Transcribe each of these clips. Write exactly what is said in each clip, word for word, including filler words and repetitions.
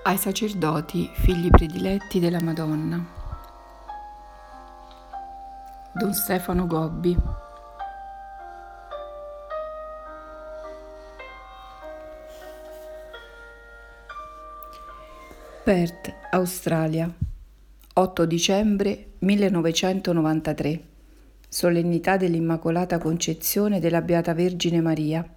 Ai sacerdoti, figli prediletti della Madonna. Don Stefano Gobbi. Perth, Australia, otto dicembre millenovecentonovantatré, solennità dell'Immacolata Concezione della Beata Vergine Maria.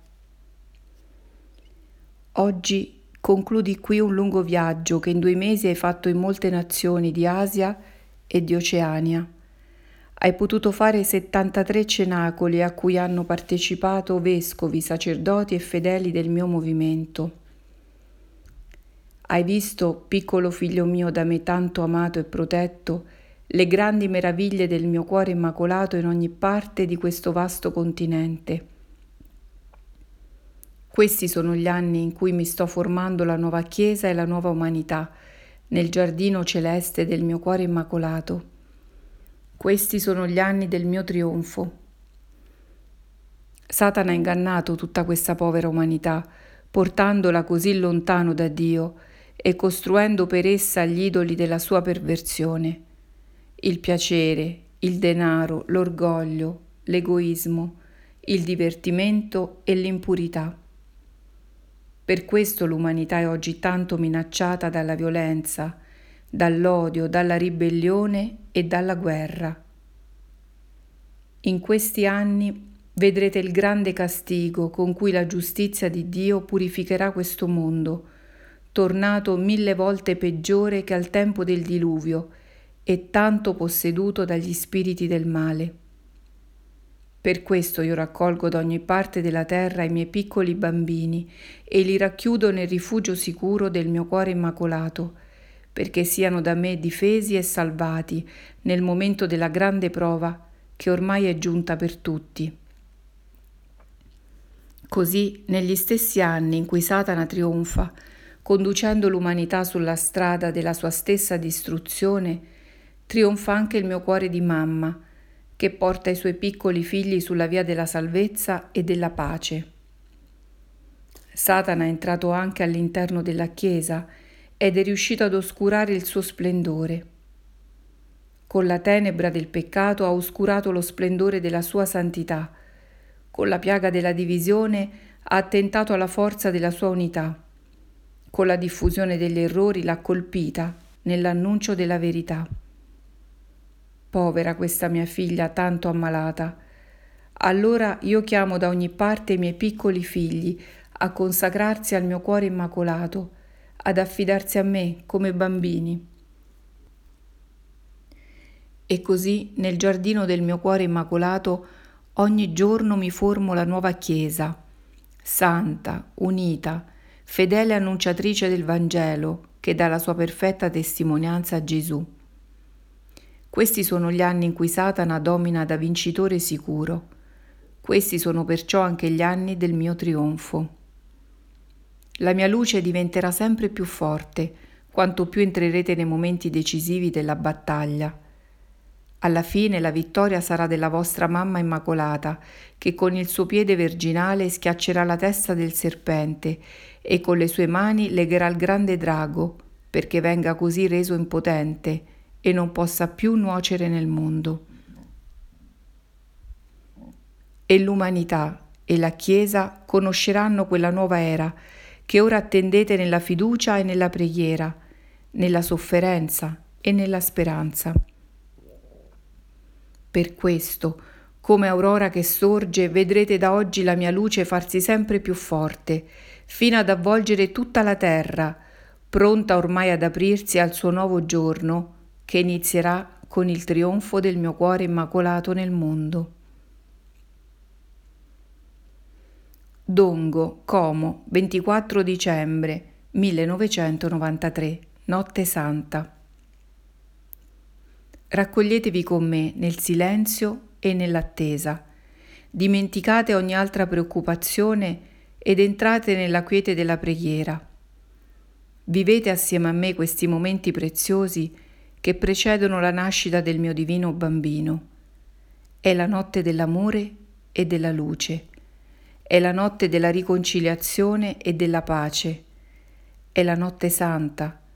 Oggi concludi qui un lungo viaggio che in due mesi hai fatto in molte nazioni di Asia e di Oceania. Hai potuto fare settantatré cenacoli a cui hanno partecipato vescovi, sacerdoti e fedeli del mio movimento. Hai visto, piccolo figlio mio da me tanto amato e protetto, le grandi meraviglie del mio cuore immacolato in ogni parte di questo vasto continente. Questi sono gli anni in cui mi sto formando la nuova Chiesa e la nuova umanità, nel giardino celeste del mio cuore immacolato. Questi sono gli anni del mio trionfo. Satana ha ingannato tutta questa povera umanità, portandola così lontano da Dio e costruendo per essa gli idoli della sua perversione. Il piacere, il denaro, l'orgoglio, l'egoismo, il divertimento e l'impurità. Per questo l'umanità è oggi tanto minacciata dalla violenza, dall'odio, dalla ribellione e dalla guerra. In questi anni vedrete il grande castigo con cui la giustizia di Dio purificherà questo mondo, tornato mille volte peggiore che al tempo del diluvio e tanto posseduto dagli spiriti del male. Per questo io raccolgo da ogni parte della terra i miei piccoli bambini e li racchiudo nel rifugio sicuro del mio cuore immacolato, perché siano da me difesi e salvati nel momento della grande prova che ormai è giunta per tutti. Così, negli stessi anni in cui Satana trionfa, conducendo l'umanità sulla strada della sua stessa distruzione, trionfa anche il mio cuore di mamma, che porta i suoi piccoli figli sulla via della salvezza e della pace. Satana è entrato anche all'interno della Chiesa ed è riuscito ad oscurare il suo splendore. Con la tenebra del peccato ha oscurato lo splendore della sua santità. Con la piaga della divisione ha attentato alla forza della sua unità. Con la diffusione degli errori l'ha colpita nell'annuncio della verità. Povera questa mia figlia tanto ammalata. Allora io chiamo da ogni parte i miei piccoli figli a consacrarsi al mio cuore immacolato, ad affidarsi a me come bambini. E così nel giardino del mio cuore immacolato ogni giorno mi formo la nuova Chiesa, santa, unita, fedele annunciatrice del Vangelo che dà la sua perfetta testimonianza a Gesù. Questi sono gli anni in cui Satana domina da vincitore sicuro. Questi sono perciò anche gli anni del mio trionfo. La mia luce diventerà sempre più forte quanto più entrerete nei momenti decisivi della battaglia. Alla fine la vittoria sarà della vostra mamma immacolata, che con il suo piede virginale schiaccerà la testa del serpente e con le sue mani legherà il grande drago, perché venga così reso impotente e non possa più nuocere nel mondo. E l'umanità e la Chiesa conosceranno quella nuova era che ora attendete nella fiducia e nella preghiera, nella sofferenza e nella speranza. Per questo, come aurora che sorge, vedrete da oggi la mia luce farsi sempre più forte, fino ad avvolgere tutta la terra, pronta ormai ad aprirsi al suo nuovo giorno, che inizierà con il trionfo del mio cuore immacolato nel mondo. Dongo, Como, ventiquattro dicembre millenovecentonovantatré, Notte Santa. Raccoglietevi con me nel silenzio e nell'attesa. Dimenticate ogni altra preoccupazione ed entrate nella quiete della preghiera. Vivete assieme a me questi momenti preziosi che precedono la nascita del mio divino bambino. È la notte dell'amore e della luce. È la notte della riconciliazione e della pace. È la notte santa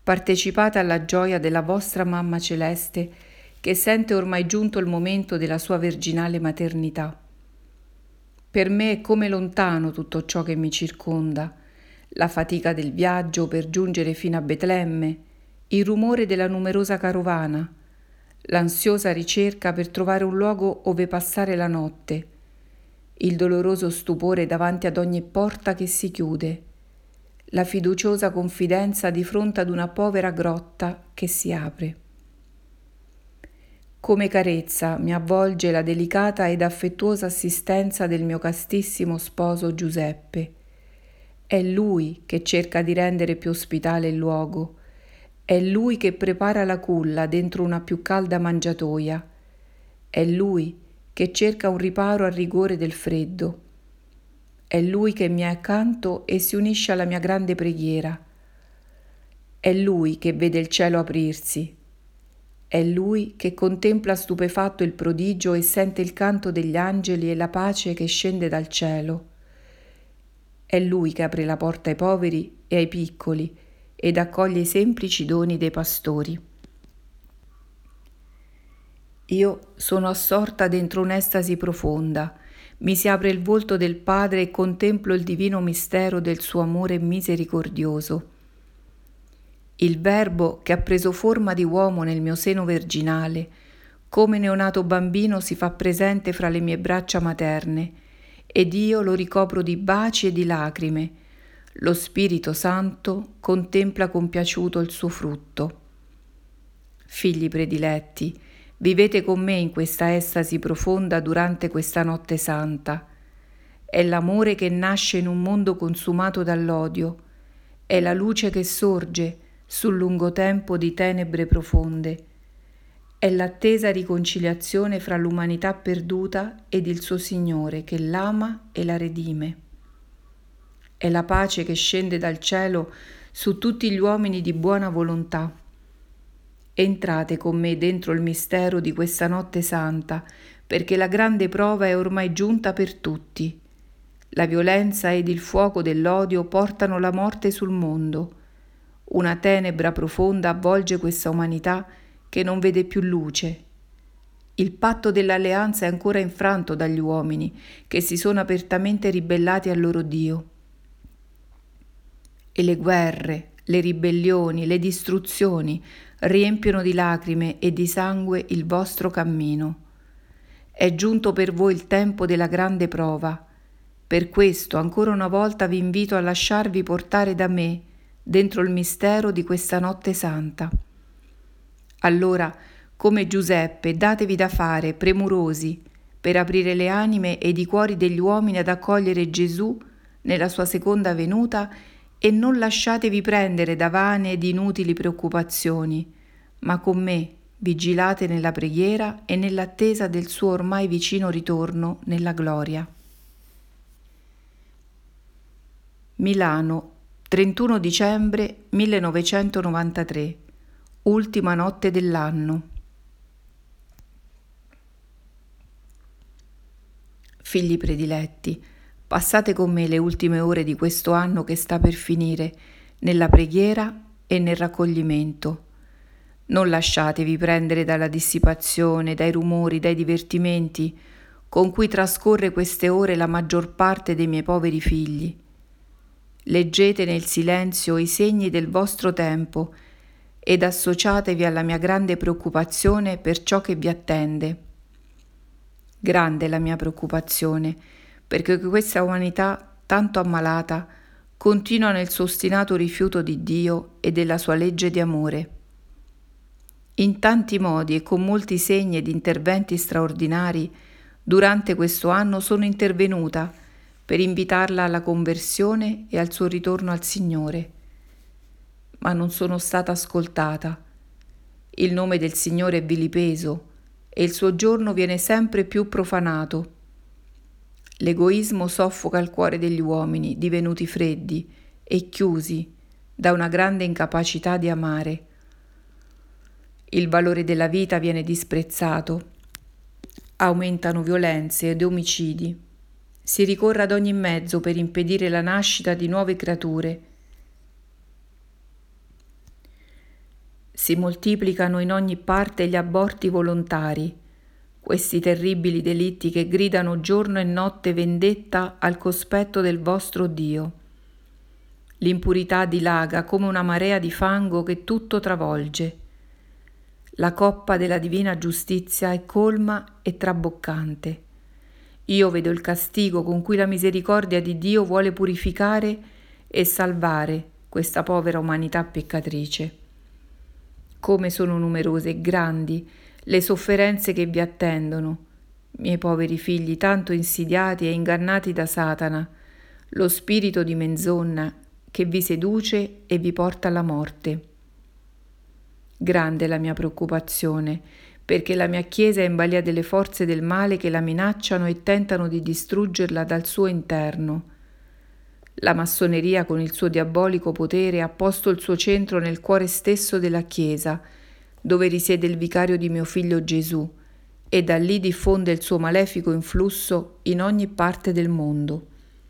partecipate alla gioia della vostra Mamma Celeste, che sente ormai giunto il momento della sua virginale maternità. Per me è come lontano tutto ciò che mi circonda, la fatica del viaggio per giungere fino a Betlemme, il rumore della numerosa carovana, l'ansiosa ricerca per trovare un luogo ove passare la notte, il doloroso stupore davanti ad ogni porta che si chiude, la fiduciosa confidenza di fronte ad una povera grotta che si apre. Come carezza mi avvolge la delicata ed affettuosa assistenza del mio castissimo sposo Giuseppe. È lui che cerca di rendere più ospitale il luogo. È lui che prepara la culla dentro una più calda mangiatoia. È lui che cerca un riparo al rigore del freddo. È lui che mi è accanto e si unisce alla mia grande preghiera. È lui che vede il cielo aprirsi. È lui che contempla stupefatto il prodigio e sente il canto degli angeli e la pace che scende dal cielo. È lui che apre la porta ai poveri e ai piccoli ed accoglie i semplici doni dei pastori. Io sono assorta dentro un'estasi profonda. Mi si apre il volto del Padre e contemplo il divino mistero del suo amore misericordioso. Il Verbo che ha preso forma di uomo nel mio seno virginale, come neonato bambino si fa presente fra le mie braccia materne, ed io lo ricopro di baci e di lacrime. Lo Spirito Santo contempla compiaciuto il suo frutto. Figli prediletti, vivete con me in questa estasi profonda durante questa notte santa. È l'amore che nasce in un mondo consumato dall'odio, è la luce che sorge sul lungo tempo di tenebre profonde. È l'attesa riconciliazione fra l'umanità perduta ed il suo Signore che l'ama e la redime. È la pace che scende dal cielo su tutti gli uomini di buona volontà. Entrate con me dentro il mistero di questa notte santa, perché la grande prova è ormai giunta per tutti. La violenza ed il fuoco dell'odio portano la morte sul mondo. Una tenebra profonda avvolge questa umanità che non vede più luce. Il patto dell'alleanza è ancora infranto dagli uomini, che si sono apertamente ribellati al loro Dio. E le guerre, le ribellioni, le distruzioni riempiono di lacrime e di sangue il vostro cammino. È giunto per voi il tempo della grande prova. Per questo ancora una volta vi invito a lasciarvi portare da me dentro il mistero di questa notte santa. Allora, come Giuseppe, datevi da fare, premurosi, per aprire le anime ed i cuori degli uomini ad accogliere Gesù nella sua seconda venuta e non lasciatevi prendere da vane ed inutili preoccupazioni, ma con me vigilate nella preghiera e nell'attesa del suo ormai vicino ritorno nella gloria. Milano, trentuno dicembre millenovecentonovantatré, ultima notte dell'anno. Figli prediletti, passate con me le ultime ore di questo anno che sta per finire, nella preghiera e nel raccoglimento. Non lasciatevi prendere dalla dissipazione, dai rumori, dai divertimenti con cui trascorre queste ore la maggior parte dei miei poveri figli. Leggete nel silenzio i segni del vostro tempo ed associatevi alla mia grande preoccupazione per ciò che vi attende. Grande è la mia preoccupazione, perché questa umanità tanto ammalata continua nel suo ostinato rifiuto di Dio e della sua legge di amore. In tanti modi e con molti segni ed interventi straordinari, durante questo anno sono intervenuta per invitarla alla conversione e al suo ritorno al Signore. Ma non sono stata ascoltata. Il nome del Signore è vilipeso e il suo giorno viene sempre più profanato. L'egoismo soffoca il cuore degli uomini, divenuti freddi e chiusi da una grande incapacità di amare. Il valore della vita viene disprezzato. Aumentano violenze ed omicidi. Si ricorre ad ogni mezzo per impedire la nascita di nuove creature. Si moltiplicano in ogni parte gli aborti volontari, questi terribili delitti che gridano giorno e notte vendetta al cospetto del vostro Dio. L'impurità dilaga come una marea di fango che tutto travolge. La coppa della divina giustizia è colma e traboccante. Io vedo il castigo con cui la misericordia di Dio vuole purificare e salvare questa povera umanità peccatrice. Come sono numerose e grandi le sofferenze che vi attendono, miei poveri figli tanto insidiati e ingannati da Satana, lo spirito di menzogna che vi seduce e vi porta alla morte. Grande è la mia preoccupazione, perché la mia Chiesa è in balia delle forze del male che la minacciano e tentano di distruggerla dal suo interno. La massoneria con il suo diabolico potere ha posto il suo centro nel cuore stesso della Chiesa, dove risiede il vicario di mio figlio Gesù, e da lì diffonde il suo malefico influsso in ogni parte del mondo.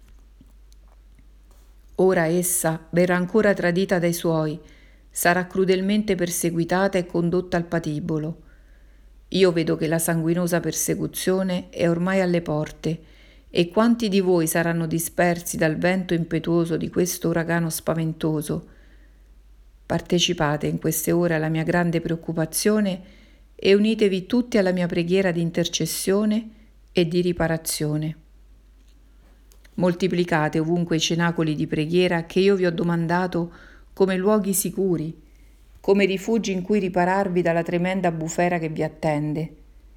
Ora essa verrà ancora tradita dai suoi, sarà crudelmente perseguitata e condotta al patibolo. Io vedo che la sanguinosa persecuzione è ormai alle porte, e quanti di voi saranno dispersi dal vento impetuoso di questo uragano spaventoso. Partecipate in queste ore alla mia grande preoccupazione e unitevi tutti alla mia preghiera di intercessione e di riparazione. Moltiplicate ovunque i cenacoli di preghiera che io vi ho domandato come luoghi sicuri, come rifugi in cui ripararvi dalla tremenda bufera che vi attende.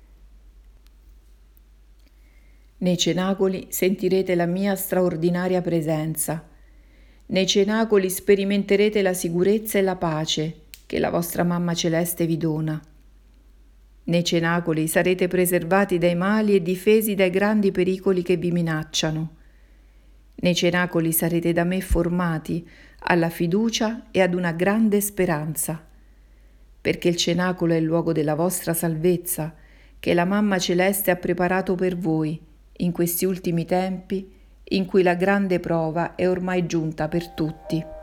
Nei cenacoli sentirete la mia straordinaria presenza. Nei cenacoli sperimenterete la sicurezza e la pace che la vostra Mamma Celeste vi dona. Nei cenacoli sarete preservati dai mali e difesi dai grandi pericoli che vi minacciano. Nei cenacoli sarete da me formati alla fiducia e ad una grande speranza, perché il cenacolo è il luogo della vostra salvezza che la Mamma Celeste ha preparato per voi in questi ultimi tempi in cui la grande prova è ormai giunta per tutti.